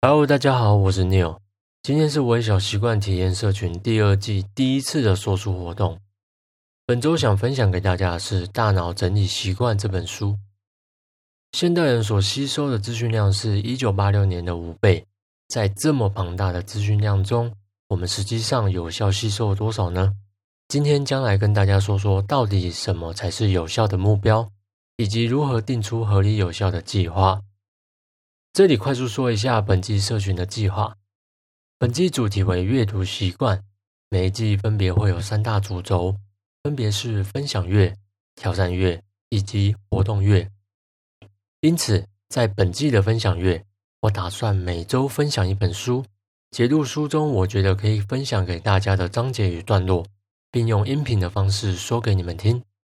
Hello，大家好，我是 Neil。今天是微小习惯体验社群第二季第一次的说书活动。本周想分享给大家的是《大脑整理习惯》这本书。现代人所吸收的资讯量是1986年的5倍，在这么庞大的资讯量中，我们实际上有效吸收了多少呢？今天将来跟大家说说到底什么才是有效的目标，以及如何定出合理有效的计划。这里快速说一下本季社群的计划。本季主题为阅读习惯，每一季分别会有3大主轴，分别是分享月、挑战月以及活动月。因此，在本季的分享月，我打算每周分享一本书，节录书中我觉得可以分享给大家的章节与段落，并用音频的方式说给你们听。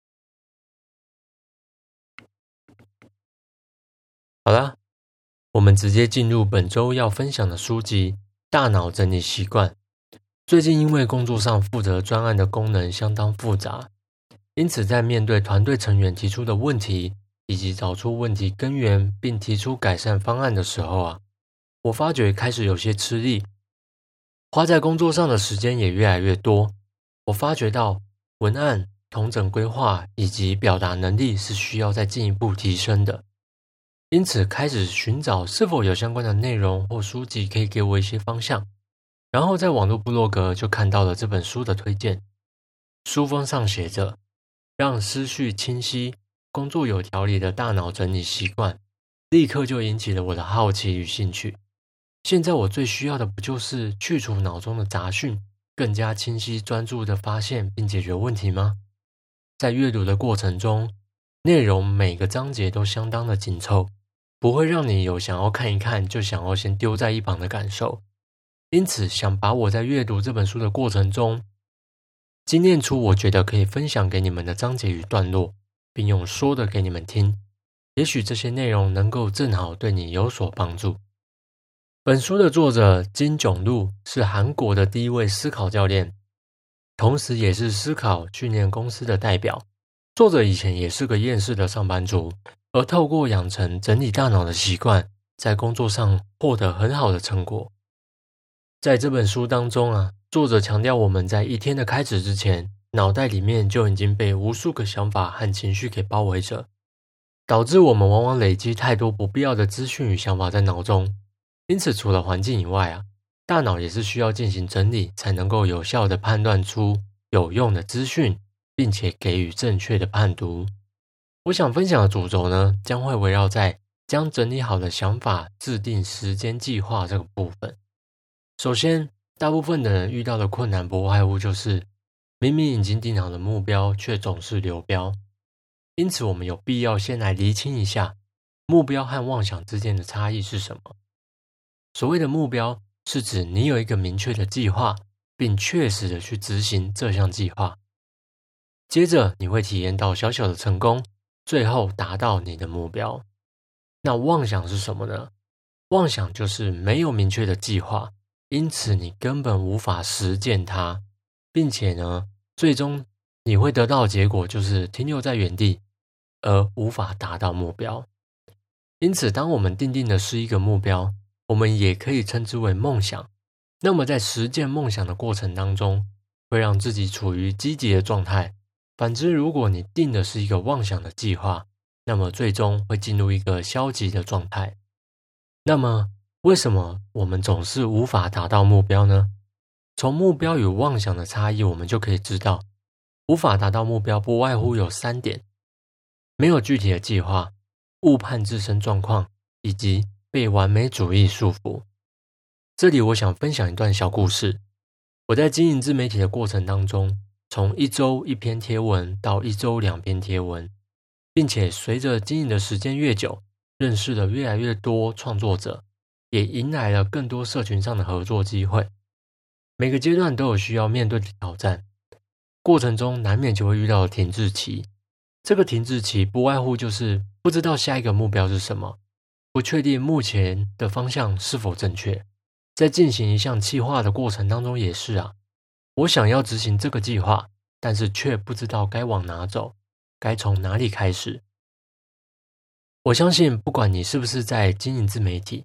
好啦，我们直接进入本周要分享的书籍《大脑整理习惯》。最近因为工作上负责专案的功能相当复杂，因此在面对团队成员提出的问题，以及找出问题根源并提出改善方案的时候我发觉开始有些吃力，花在工作上的时间也越来越多。我发觉到文案、统整规划以及表达能力是需要再进一步提升的。因此开始寻找是否有相关的内容或书籍可以给我一些方向，然后在网络部落格就看到了这本书的推荐。书封上写着让思绪清晰、工作有条理的大脑整理习惯，立刻就引起了我的好奇与兴趣。现在我最需要的不就是去除脑中的杂讯，更加清晰专注地发现并解决问题吗？在阅读的过程中，内容每个章节都相当的紧凑，不会让你有想要看一看就想要先丢在一旁的感受。因此想把我在阅读这本书的过程中精炼出我觉得可以分享给你们的章节与段落，并用说的给你们听，也许这些内容能够正好对你有所帮助。本书的作者金炯路是韩国的第一位思考教练，同时也是思考训练公司的代表。作者以前也是个厌世的上班族，而透过养成整理大脑的习惯，在工作上获得很好的成果。在这本书当中作者强调我们在一天的开始之前，脑袋里面就已经被无数个想法和情绪给包围着，导致我们往往累积太多不必要的资讯与想法在脑中。因此除了环境以外大脑也是需要进行整理，才能够有效地判断出有用的资讯，并且给予正确的判读。我想分享的主轴呢，将会围绕在将整理好的想法制定时间计划这个部分。首先，大部分的人遇到的困难不外乎就是明明已经定好的目标，却总是流标。因此我们有必要先来厘清一下目标和妄想之间的差异是什么。所谓的目标是指你有一个明确的计划，并确实的去执行这项计划，接着你会体验到小小的成功，最后达到你的目标。那妄想是什么呢？妄想就是没有明确的计划，因此你根本无法实践它，并且呢，最终你会得到的结果就是停留在原地，而无法达到目标。因此当我们定的是一个目标，我们也可以称之为梦想。那么在实践梦想的过程当中，会让自己处于积极的状态。反之，如果你定的是一个妄想的计划，那么最终会进入一个消极的状态。那么为什么我们总是无法达到目标呢？从目标与妄想的差异，我们就可以知道，无法达到目标不外乎有3点：没有具体的计划、误判自身状况，以及被完美主义束缚。这里我想分享一段小故事。我在经营自媒体的过程当中，从1周1篇贴文到1周2篇贴文，并且随着经营的时间越久，认识了越来越多创作者，也迎来了更多社群上的合作机会。每个阶段都有需要面对的挑战，过程中难免就会遇到停滞期。这个停滞期不外乎就是不知道下一个目标是什么，不确定目前的方向是否正确。在进行一项计划的过程当中也是我想要执行这个计划，但是却不知道该往哪走，该从哪里开始。我相信不管你是不是在经营自媒体，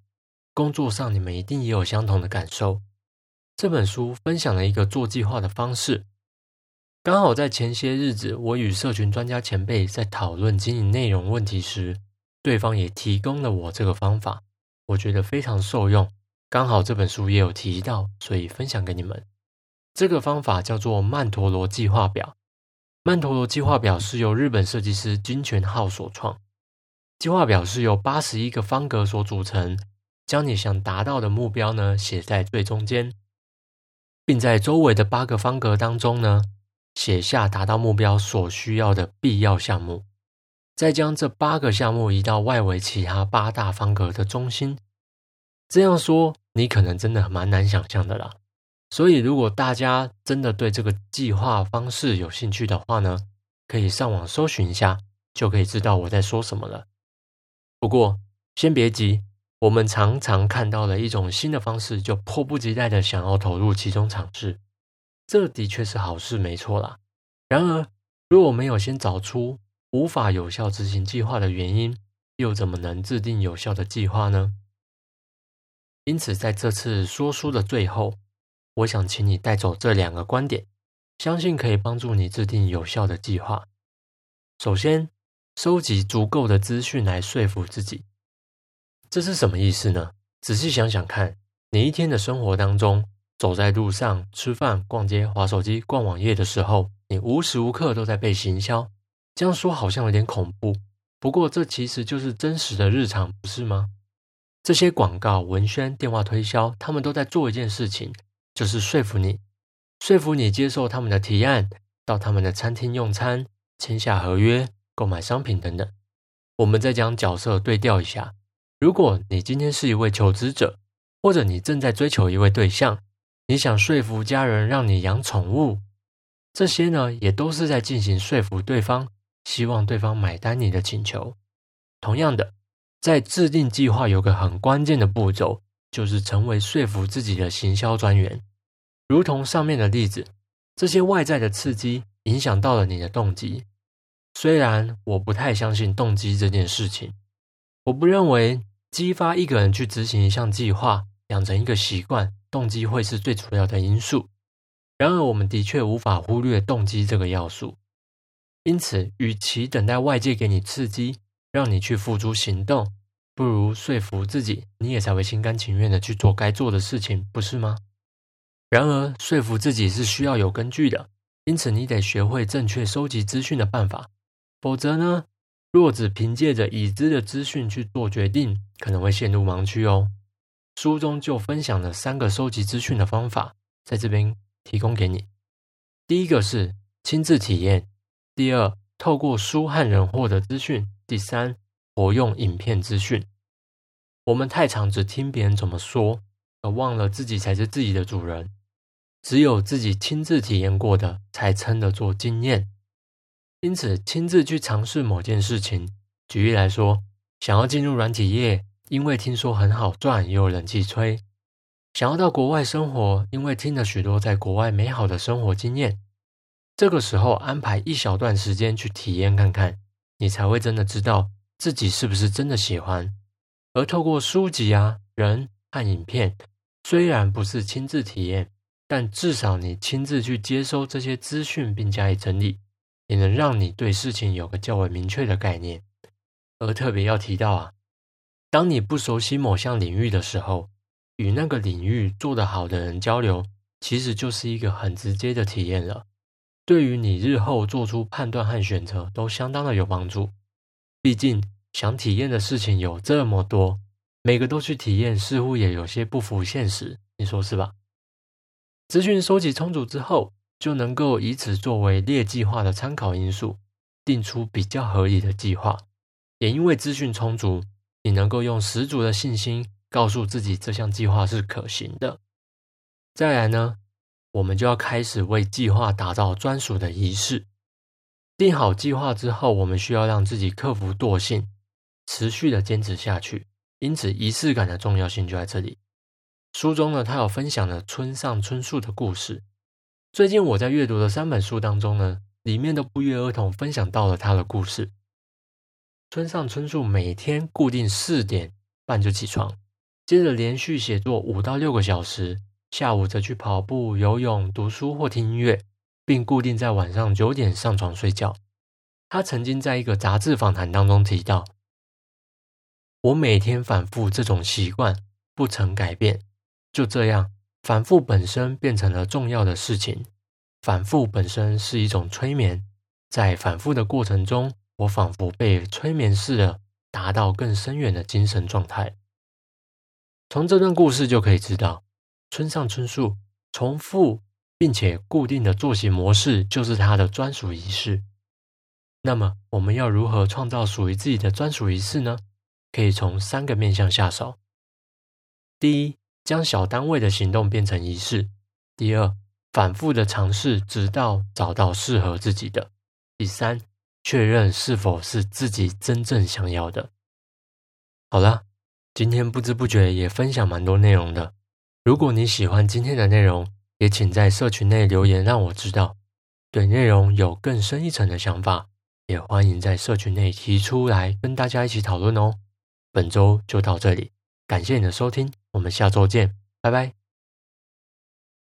工作上你们一定也有相同的感受。这本书分享了一个做计划的方式，刚好在前些日子，我与社群专家前辈在讨论经营内容问题时，对方也提供了我这个方法，我觉得非常受用。刚好这本书也有提到，所以分享给你们。这个方法叫做曼陀罗计划表。曼陀罗计划表是由日本设计师金泉浩所创。计划表是由81个方格所组成，将你想达到的目标呢写在最中间，并在周围的8个方格当中呢写下达到目标所需要的必要项目，再将这8个项目移到外围其他8大方格的中心。这样说你可能真的蛮难想象的啦，所以如果大家真的对这个计划方式有兴趣的话呢，可以上网搜寻一下，就可以知道我在说什么了。不过先别急，我们常常看到了一种新的方式，就迫不及待的想要投入其中尝试。这的确是好事没错啦。然而如果没有先找出无法有效执行计划的原因，又怎么能制定有效的计划呢？因此在这次说书的最后，我想请你带走这2个观点，相信可以帮助你制定有效的计划。首先，收集足够的资讯来说服自己。这是什么意思呢？仔细想想看，你一天的生活当中，走在路上、吃饭、逛街、滑手机、逛网页的时候，你无时无刻都在被行销。这样说好像有点恐怖，不过这其实就是真实的日常，不是吗？这些广告、文宣、电话推销，他们都在做一件事情，就是说服你接受他们的提案，到他们的餐厅用餐，签下合约，购买商品等等。我们再将角色对调一下，如果你今天是一位求职者，或者你正在追求一位对象，你想说服家人让你养宠物，这些呢也都是在进行说服对方，希望对方买单你的请求。同样的，在制定计划有个很关键的步骤，就是成为说服自己的行销专员。如同上面的例子，这些外在的刺激影响到了你的动机。虽然我不太相信动机这件事情，我不认为激发一个人去执行一项计划，养成一个习惯，动机会是最主要的因素。然而我们的确无法忽略动机这个要素。因此，与其等待外界给你刺激，让你去付诸行动，不如说服自己，你也才会心甘情愿的去做该做的事情，不是吗？然而，说服自己是需要有根据的，因此你得学会正确收集资讯的办法。否则呢，若只凭借着已知的资讯去做决定，可能会陷入盲区哦。书中就分享了3个收集资讯的方法，在这边提供给你。第一个是亲自体验，第2，透过书和人获得资讯，第3，活用影片资讯。我们太常只听别人怎么说，而忘了自己才是自己的主人。只有自己亲自体验过的，才称得作经验。因此，亲自去尝试某件事情，举例来说，想要进入软体业，因为听说很好赚，也有人气吹；想要到国外生活，因为听了许多在国外美好的生活经验。这个时候安排一小段时间去体验看看，你才会真的知道自己是不是真的喜欢。而透过书籍人和影片，虽然不是亲自体验，但至少你亲自去接收这些资讯并加以整理，也能让你对事情有个较为明确的概念。而特别要提到当你不熟悉某项领域的时候，与那个领域做得好的人交流，其实就是一个很直接的体验了。对于你日后做出判断和选择都相当的有帮助。毕竟想体验的事情有这么多，每个都去体验似乎也有些不符现实，你说是吧？资讯收集充足之后，就能够以此作为列计划的参考因素，定出比较合理的计划。也因为资讯充足，你能够用十足的信心告诉自己这项计划是可行的。再来呢，我们就要开始为计划打造专属的仪式。定好计划之后，我们需要让自己克服惰性，持续的坚持下去。因此仪式感的重要性就在这里。书中呢，他有分享了村上春树的故事。最近我在阅读的3本书当中呢，里面都不约而同分享到了他的故事。村上春树每天固定4点半就起床， 接着连续写作5到6个小时，下午则去跑步、游泳、读书或听音乐，并固定在晚上9点上床睡觉。他曾经在一个杂志访谈当中提到，我每天反复这种习惯不曾改变，就这样，反复本身变成了重要的事情。反复本身是一种催眠，在反复的过程中，我仿佛被催眠似的达到更深远的精神状态。从这段故事就可以知道，村上春树重复并且固定的作息模式就是他的专属仪式。那么我们要如何创造属于自己的专属仪式呢？可以从3个面向下手。第一，将小单位的行动变成仪式。第二，反复的尝试直到找到适合自己的。第三，确认是否是自己真正想要的。好啦，今天不知不觉也分享蛮多内容的。如果你喜欢今天的内容，也请在社群内留言让我知道。对内容有更深一层的想法，也欢迎在社群内提出来跟大家一起讨论哦。本周就到这里，感谢你的收听，我们下周见，拜拜。